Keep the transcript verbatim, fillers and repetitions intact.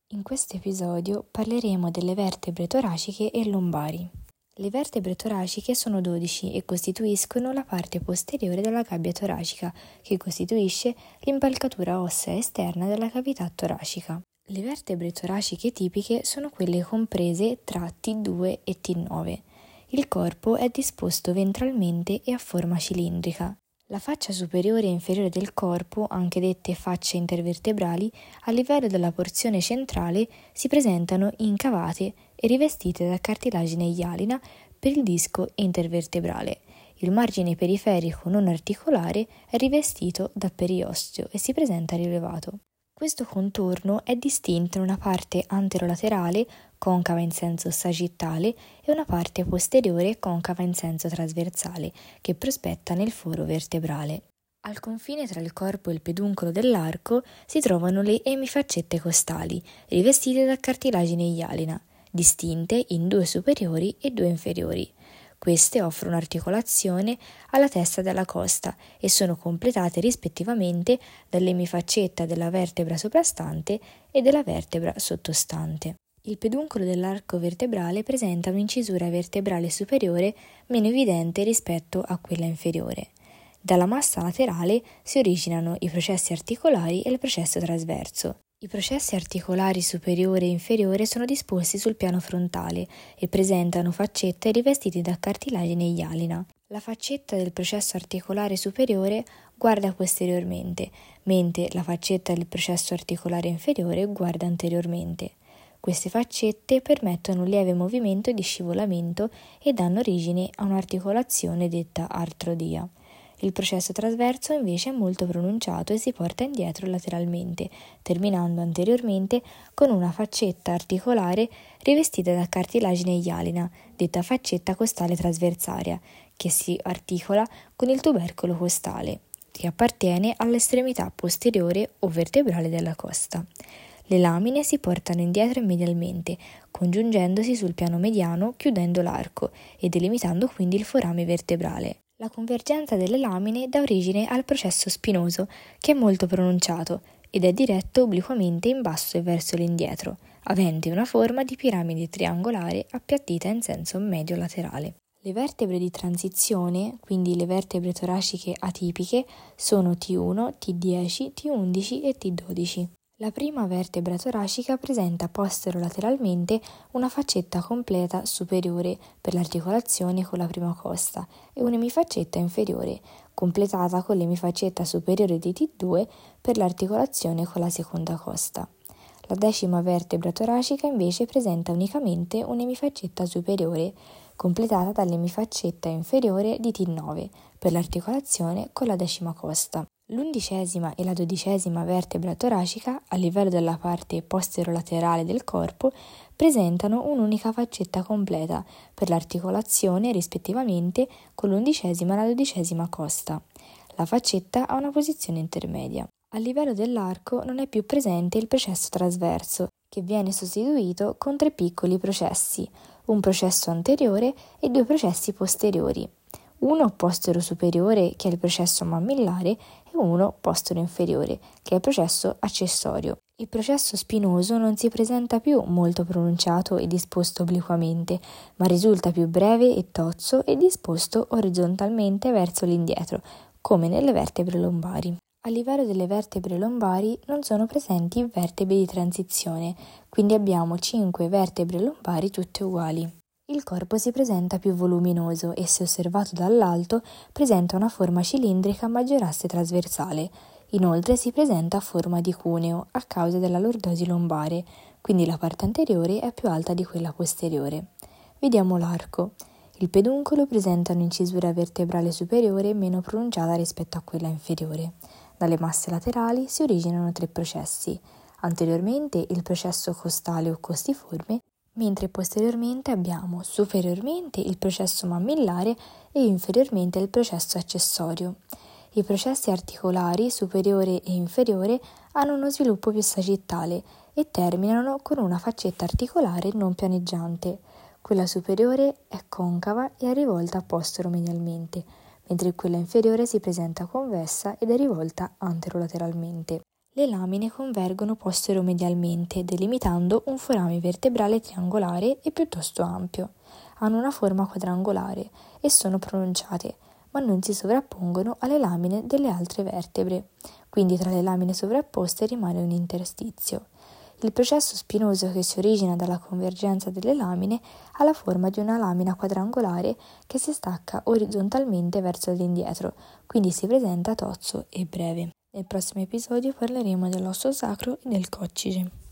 In questo episodio parleremo delle vertebre toraciche e lombari. Le vertebre toraciche sono dodici e costituiscono la parte posteriore della gabbia toracica, che costituisce l'impalcatura ossea esterna della cavità toracica. Le vertebre toraciche tipiche sono quelle comprese tra T due e T nove. Il corpo è disposto ventralmente e a forma cilindrica. La faccia superiore e inferiore del corpo, anche dette facce intervertebrali, a livello della porzione centrale si presentano incavate e rivestite da cartilagine ialina per il disco intervertebrale. Il margine periferico non articolare è rivestito da periosteo e si presenta rilevato. Questo contorno è distinto in una parte anterolaterale, concava in senso sagittale, e una parte posteriore concava in senso trasversale, che prospetta nel foro vertebrale. Al confine tra il corpo e il peduncolo dell'arco si trovano le emifaccette costali, rivestite da cartilagine ialina, distinte in due superiori e due inferiori. Queste offrono articolazione alla testa della costa e sono completate rispettivamente dall'emifaccetta della vertebra soprastante e della vertebra sottostante. Il peduncolo dell'arco vertebrale presenta un'incisura vertebrale superiore meno evidente rispetto a quella inferiore. Dalla massa laterale si originano i processi articolari e il processo trasverso. I processi articolari superiore e inferiore sono disposti sul piano frontale e presentano faccette rivestite da cartilagine ialina. La faccetta del processo articolare superiore guarda posteriormente, mentre la faccetta del processo articolare inferiore guarda anteriormente. Queste faccette permettono un lieve movimento di scivolamento e danno origine a un'articolazione detta artrodia. Il processo trasverso invece è molto pronunciato e si porta indietro lateralmente, terminando anteriormente con una faccetta articolare rivestita da cartilagine ialina, detta faccetta costale trasversaria, che si articola con il tubercolo costale, che appartiene all'estremità posteriore o vertebrale della costa. Le lamine si portano indietro e medialmente, congiungendosi sul piano mediano, chiudendo l'arco e delimitando quindi il forame vertebrale. La convergenza delle lamine dà origine al processo spinoso, che è molto pronunciato ed è diretto obliquamente in basso e verso l'indietro, avente una forma di piramide triangolare appiattita in senso medio-laterale. Le vertebre di transizione, quindi le vertebre toraciche atipiche, sono T uno, T dieci, T undici e T dodici. La prima vertebra toracica presenta posterolateralmente una faccetta completa superiore per l'articolazione con la prima costa e un'emifaccetta inferiore, completata con l'emifaccetta superiore di T due per l'articolazione con la seconda costa. La decima vertebra toracica invece presenta unicamente un'emifaccetta superiore, completata dall'emifaccetta inferiore di T nove per l'articolazione con la decima costa. L'undicesima e la dodicesima vertebra toracica, a livello della parte posterolaterale del corpo, presentano un'unica faccetta completa per l'articolazione rispettivamente con l'undicesima e la dodicesima costa. La faccetta ha una posizione intermedia. A livello dell'arco non è più presente il processo trasverso, che viene sostituito con tre piccoli processi, un processo anteriore e due processi posteriori. Uno postero superiore, che è il processo mammillare, e uno postero inferiore, che è il processo accessorio. Il processo spinoso non si presenta più molto pronunciato e disposto obliquamente, ma risulta più breve e tozzo e disposto orizzontalmente verso l'indietro, come nelle vertebre lombari. A livello delle vertebre lombari non sono presenti vertebre di transizione, quindi abbiamo cinque vertebre lombari tutte uguali. Il corpo si presenta più voluminoso e, se osservato dall'alto, presenta una forma cilindrica a maggiorasse trasversale. Inoltre si presenta a forma di cuneo a causa della lordosi lombare, quindi la parte anteriore è più alta di quella posteriore. Vediamo l'arco. Il peduncolo presenta un'incisura vertebrale superiore meno pronunciata rispetto a quella inferiore. Dalle masse laterali si originano tre processi. Anteriormente il processo costale o costiforme, mentre posteriormente abbiamo superiormente il processo mammillare e inferiormente il processo accessorio. I processi articolari superiore e inferiore hanno uno sviluppo più sagittale e terminano con una faccetta articolare non pianeggiante. Quella superiore è concava e è rivolta postero-medialmente, mentre quella inferiore si presenta convessa ed è rivolta anterolateralmente. Le lamine convergono posteromedialmente, delimitando un forame vertebrale triangolare e piuttosto ampio. Hanno una forma quadrangolare e sono pronunciate, ma non si sovrappongono alle lamine delle altre vertebre, quindi tra le lamine sovrapposte rimane un interstizio. Il processo spinoso che si origina dalla convergenza delle lamine ha la forma di una lamina quadrangolare che si stacca orizzontalmente verso l'indietro, quindi si presenta tozzo e breve. Nel prossimo episodio parleremo dell'osso sacro e del coccige.